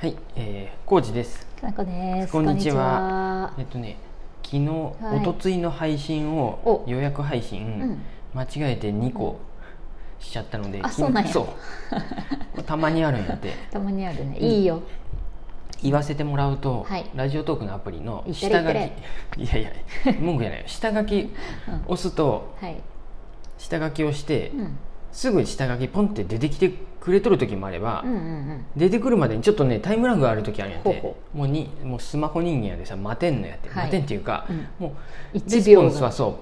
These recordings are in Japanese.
はい、コウジです。 かなこです。 こんにちは。昨日、一昨日の配信を予約配信、間違えて2個しちゃったので、 そうなんや。 そうたまにあるんやって。 たまにあるね。いいよ。 言わせてもらうと、ラジオトークのアプリの下書き、文句じゃないよ。下書き押すと、下書きをして、すぐ下書きポンって出てきてくれとる時もあれば、出てくるまでにちょっとねタイムラグがある時あるんやって。もうスマホ人間やでさ、待てんのやって、待てんっていうか、もうレスポンスはそう、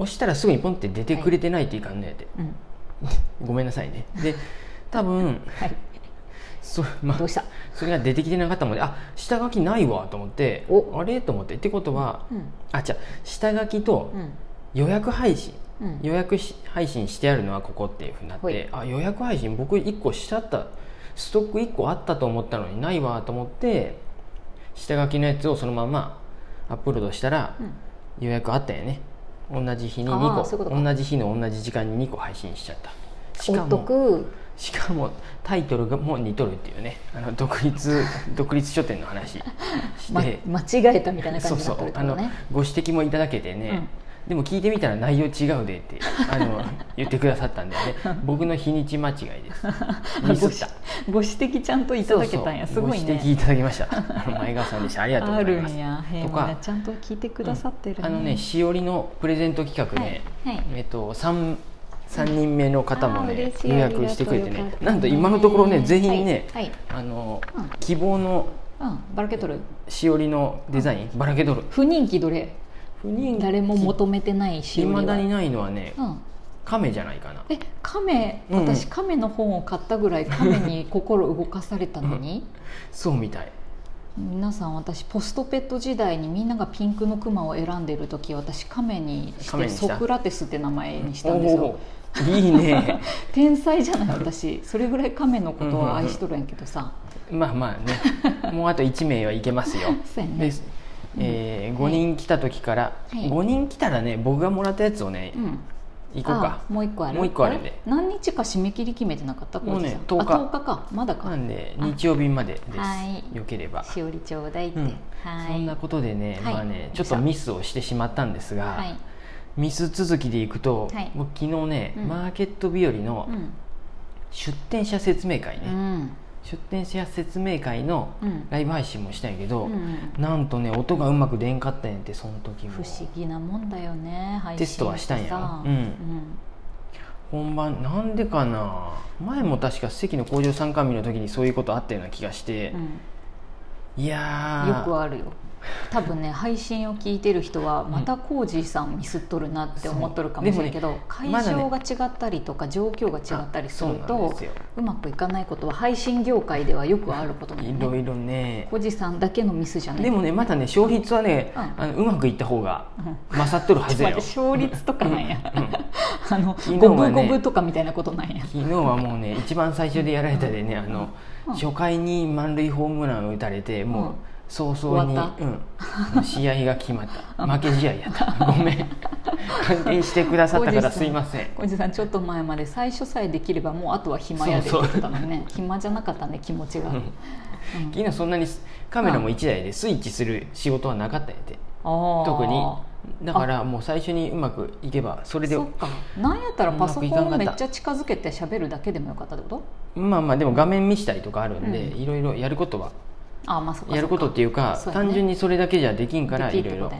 押したらすぐにポンって出てくれてないといかんのやって、ごめんなさいね。で多分、 どうした？ それが出てきてなかったので、下書きないわと思って、あれと思って、ってことは、下書きと予約配信、予約配信してあるのはここっていうふうになって、予約配信僕1個しちゃった、ストック1個あったと思ったのにないわと思って、下書きのやつをそのままアップロードしたら、予約あったよね。同じ日に2個、同じ日の同じ時間に2個配信しちゃった。しかもタイトルがもう似とるっていうね、独立書店の話して、 間違えたみたいな感じになってるってことね。 ご指摘もいただけてね、でも聞いてみたら内容違うでって言ってくださったんでね、僕の日にち間違いです。ミスった。 ご指摘ちゃんといただけたんや。すごいね。 ご指摘いただきました。前川さんでした。ありがとうございます。 とかちゃんと聞いてくださってるね。 しおりのプレゼント企画で、3人目の方もね予約してくれてね、なんと今のところね全員ね、希望のバラケドルしおりのデザイン、バラケドル不人気、どれ誰も求めてないしおりは未だにないのはね、亀じゃないかな。 亀、私亀の本を買ったぐらい亀に心動かされたのにそうみたい。 皆さん、私ポストペット時代にみんながピンクのクマを選んでる時、私亀にしてソクラテスって名前にしたんですよ。 いいね。 天才じゃない私。それぐらい亀のことは愛しとるんやけどさ、 まあね、もうあと1名はいけますよ。 そうやね。 5人来た時から、5人来たらね、僕がもらったやつをね、行こうか。 もう1個ある。 もう1個あるんで。 何日か締め切り決めてなかった？ もうね、10日。 10日か、まだか。 なんで日曜日までです。よければしおりちょうだいって。 そんなことでね、ちょっとミスをしてしまったんですが、ミス続きでいくと、僕昨日ね、マーケット日和の出店者説明会ね、出店者説明会のライブ配信もしたんやけど、なんとね音がうまく出んかったんやって。その時も不思議なもんだよね。 テストはしたんや。本番なんでかな。前も確か関の工場参観日の時にそういうことあったような気がして、いやよくあるよ。多分ね、配信を聞いてる人はまたコージーさんミスっとるなって思っとるかもしれないけど、会場が違ったりとか状況が違ったりするとうまくいかないことは配信業界ではよくあることなんで、 いろいろね、 コージーさんだけのミスじゃない。 でもね、またね、勝率はね、うまくいった方が勝っとるはずやよ。 勝率とかなんや。五分五分とかみたいなことなんや。 昨日はもうね、一番最初でやられたでね、初回に満塁ホームランを打たれて、もう早々に試合が決まった。負け試合やった。ごめん。関係してくださったからすいません。 小路さん、ちょっと前まで最初さえできればもうあとは暇やでって言ってたのにね。暇じゃなかったね、気持ちが。 昨日そんなにカメラも1台でスイッチする仕事はなかったんやて。特にだからもう最初にうまくいけばそれで。 そっか。なんやったらパソコンをめっちゃ近づけて喋るだけでもよかったってこと？ まあでも画面見したりとかあるんで、いろいろやることはやることっていうか、単純にそれだけじゃできんから、いろいろ。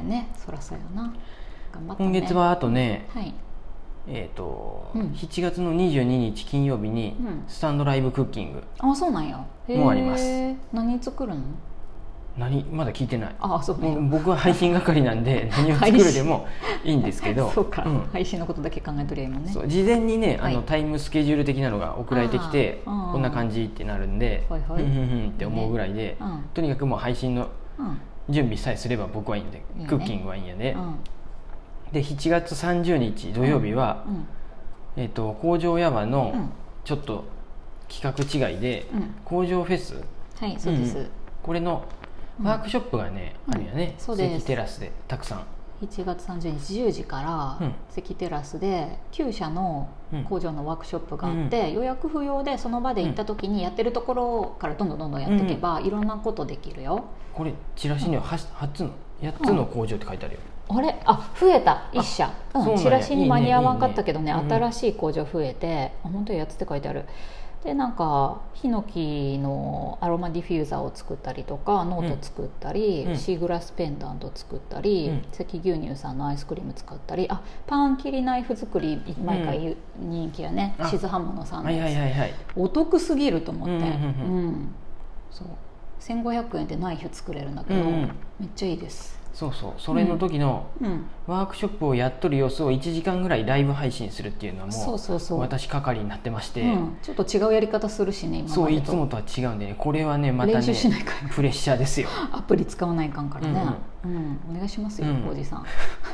今月はあとね、7月の22日金曜日にスタンドライブクッキングもあります。 何作るの？ まだ聞いてない。 そうね。 僕は配信係なんで何を作るでもいいんですけどそうか、配信のことだけ考えとりゃいいもんね。 事前にね、タイムスケジュール的なのが送られてきて、こんな感じってなるんで、って思うぐらいで、とにかくもう配信の準備さえすれば僕はいいんで、クッキングはいいんやで。で7月30日土曜日は工場やわのちょっと企画違いで工場フェス、 そうです。 これのワークショップがね、あるよね。関テラスでたくさん 7月30日10時から関テラスで9社の工場のワークショップがあって、予約不要でその場で行った時にやってるところからどんどんやっていけばいろんなことできるよ。 これチラシには8つの工場って書いてあるよ。 あれ、増えた1社、チラシに間に合わんかったけどね、新しい工場増えて、本当にやつって書いてある。でなんかヒノキのアロマディフューザーを作ったりとか、ノート作ったり、シーグラスペンダント作ったり、関牛乳さんのアイスクリーム作ったり、パン切りナイフ作り毎回人気やね、静刃物さんのやつ、お得すぎると思って、そう1500円でナイフ作れるんだけど、めっちゃいいです。 そうそれの時のワークショップをやっとる様子を1時間ぐらいライブ配信するっていうのはもう私係になってまして、 ちょっと違うやり方するしね、今までと。そう、 いつもとは違うんでね、これはねまたね練習しないから、 プレッシャーですよ。 アプリ使わないかんからね、お願いしますよ、おじさん。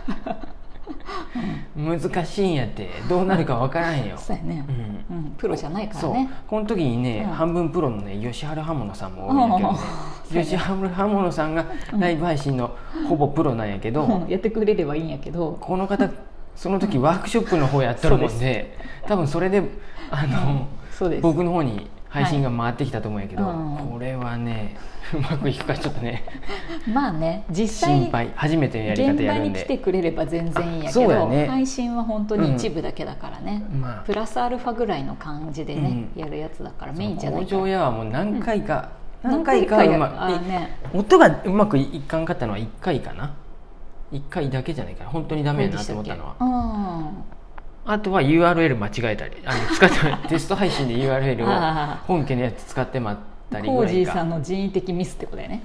難しいんやって、どうなるか分からんよ。 そうやね、プロじゃないからね。 この時にね、半分プロのね吉原刃物さんもおるんやけどね、吉原刃物さんがライブ配信のほぼプロなんやけど、 やってくれればいいんやけど、 この方その時ワークショップの方やってるもんで、多分それで僕の方に配信が回ってきたと思うんやけど、これはねうまくいくかちょっとねまあね、実際心配。初めてのやり方やるんで現場に来てくれれば全然いいんやけど、配信は本当に一部だけだからね、プラスアルファぐらいの感じでね、やるやつだからメインじゃないから。 工場屋はもう何回かうまく音がうまくいかんかったのは1回かな、1回だけじゃないから本当にダメやなと思ったのは。あとは URL 間違えたり、使ってテスト配信で URL を本家のやつ使ってまったりぐらいか。 コージーさんの人為的ミスってことだよね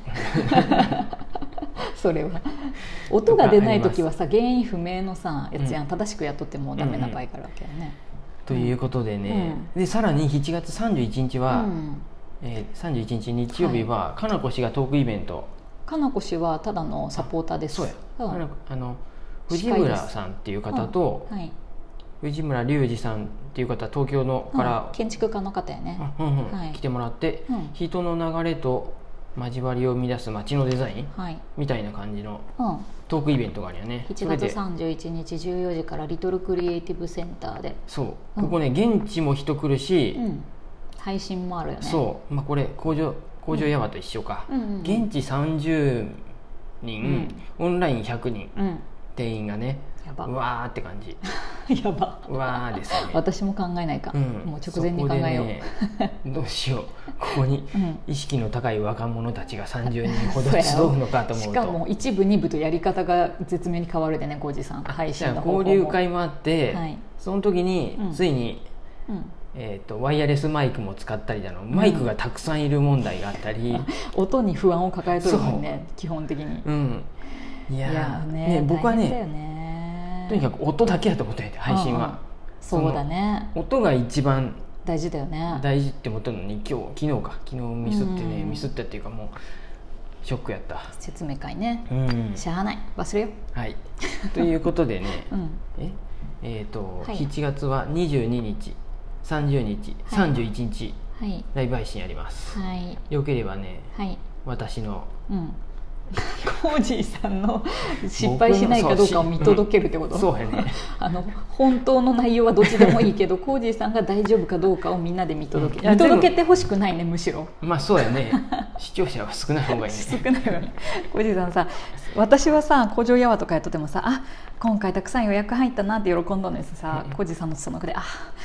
それは音が出ない時はさ、原因不明のさやつやん、正しくやっとってもダメな場合からわけよね。 ということでね、でさらに7月31日は、31日日曜日はかなこ氏がトークイベント。 かなこ氏はただのサポーターです。 そうや、藤村さんっていう方と、藤村隆二さんっていう方、東京のから、 建築家の方やね、 来てもらって、人の流れと交わりを生み出す街のデザイン、みたいな感じのトークイベントがあるよね。 7月31日14時からリトルクリエイティブセンターで。 そう、ここね現地も人来るし、 配信もあるよね。 そう、これ工場ヤマと一緒か、現地30人、オンライン100人、定員がね、うわーって感じやば、 うわーですね。 私も考えないか、もう直前に考えよう、 どうしよう、ここに意識の高い若者たちが30人ほど集うのかと思うと、 しかも1部2部とやり方が絶妙に変わるでね、浩司さん配信の方法も。 交流会もあって、その時についに、ワイヤレスマイクも使ったりだの、マイクがたくさんいる問題があったり、 音に不安を抱えとるもんね、基本的に。 いやね、僕はねとにかく音だけだと思って配信は。 そうだね、 音が一番大事だよね。 大事って思ったのに、昨日ミスってね、ミスったっていうかもうショックやった。 説明会ね、しゃあない、忘れよ。 はいということでね、7月は22日30日、31日、ライブ配信やります。よければね、私のコージーさんの失敗しないかどうかを見届けるってこと。 そうやね本当の内容はどっちでもいいけどコージーさんが大丈夫かどうかをみんなで見届けてほしくないね、むしろ。 そうやね視聴者は少ない方がいいね。 少ないよね。コージーさんさ、私はさ工場やわとかやっとってもさ、今回たくさん予約入ったなって喜んだんですさ、コージーさんのその中で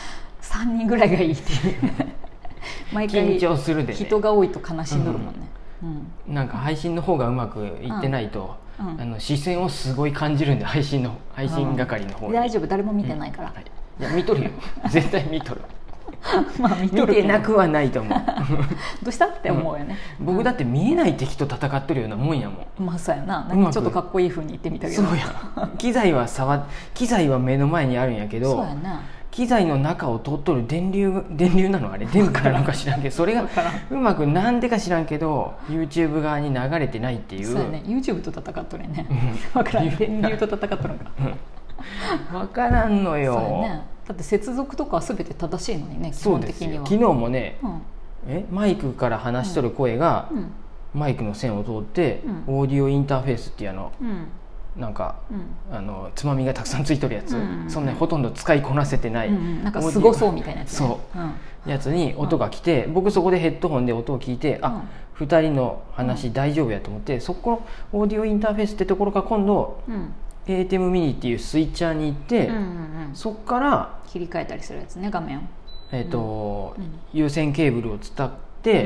3人ぐらいがいいって毎回緊張するでね、 人が多いと悲しんどるもんね。 なんか配信の方がうまくいってないと、視線をすごい感じるんで、配信係の方に。 大丈夫、誰も見てないから。 いや見とるよ絶対見とる見てなくはないと思うどうしたって思うよね。 僕だって見えない敵と戦ってるようなもんやもん。 そうやな。ちょっとかっこいい風に言ってみたけど。 そうや機材は目の前にあるんやけど、 そうやな、 機材の中を通っとる電流なの、あれ電波なのか知らんけど、それがうまくなんでか知らんけど YouTube 側に流れてないっていう。 そうやね、 YouTube と戦っとるよね。分からん、電流と戦っとるのか分からんのよ。 そうやね、だって接続とかは全て正しいのにね、基本的には。 昨日もね、マイクから話しとる声が、マイクの線を通って、オーディオインターフェースっていうなんか、つまみがたくさんついてるやつ、そんなほとんど使いこなせてない、 なんかすごそうみたいなやつ、 ね、そう、やつに音が来て、僕そこでヘッドホンで音を聞いて、2人の話大丈夫やと思って、そこのオーディオインターフェースってところから今度、ATEM ミニっていうスイッチャーに行って、そこから切り替えたりするやつね、画面を、 有線ケーブルを伝って、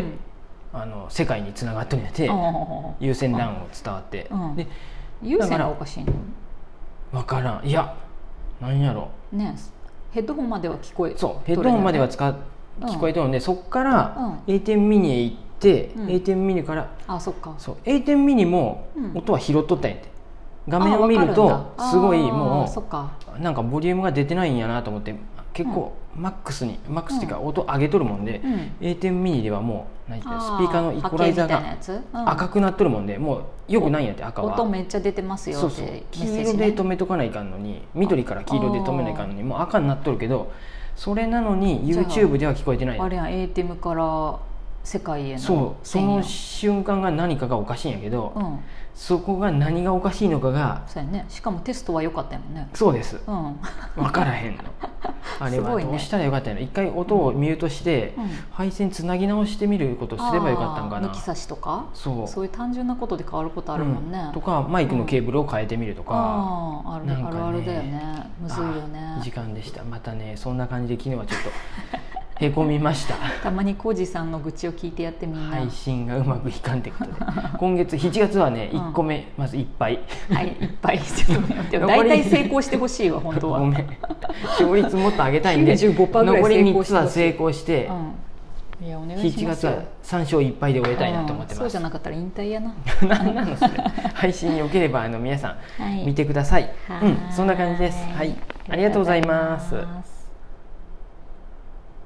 世界につながってるんやて、有線 LAN を伝わって、で有線がおかしいの分からん、いや何やろね、ヘッドホンまでは聞こえ、 そうヘッドホンまでは聞こえてるので、そこから ATEM ミニへ行って、ATEM ミニから、 そっか、 そう ATEM ミニも音は拾っとったんやて、画面を見るとすごいもうなんかボリュームが出てないんやなと思って、結構マックスっていうか音上げとるもんで、ATEM ミニではもうスピーカーのイコライザーが赤くなっとるもんで、もうよくないんやって、赤は音めっちゃ出てますよって、 そう黄色で止めとかないかんのに、緑から黄色で止めないかんのにもう赤になっとるけど、それなのに YouTube では聞こえてない。 あれやん、ATEM から世界へのその瞬間が何かがおかしいんやけど、そこが何がおかしいのかが、 そうやね、しかもテストは良かったよね。 そうです、分からへんのあれはどうしたらよかったの、一回音をミュートして、配線つなぎ直してみることすればよかったんかな、 抜き差しとか、 そういう単純なことで変わることあるもんね、 とかマイクのケーブルを変えてみるとか、 あるあるだよね、むずいよね。 時間でした。またね、そんな感じで昨日はちょっとへこみましたたまにコージさんの愚痴を聞いてやってみんな配信がうまくいかんってことで今月7月はね、1個目まずいっぱいはい、いっぱいちょっと大体成功してほしいわ本当は。 ごめん、勝率もっと上げたいんで 95%ぐらい残り3つは成功して、 いやお願いしますよ。 7月は3勝1敗で終えたいなと思ってます。 そうじゃなかったら引退やな何なのそれ配信よければ皆さん見てください、そんな感じです。はい、ありがとうございます。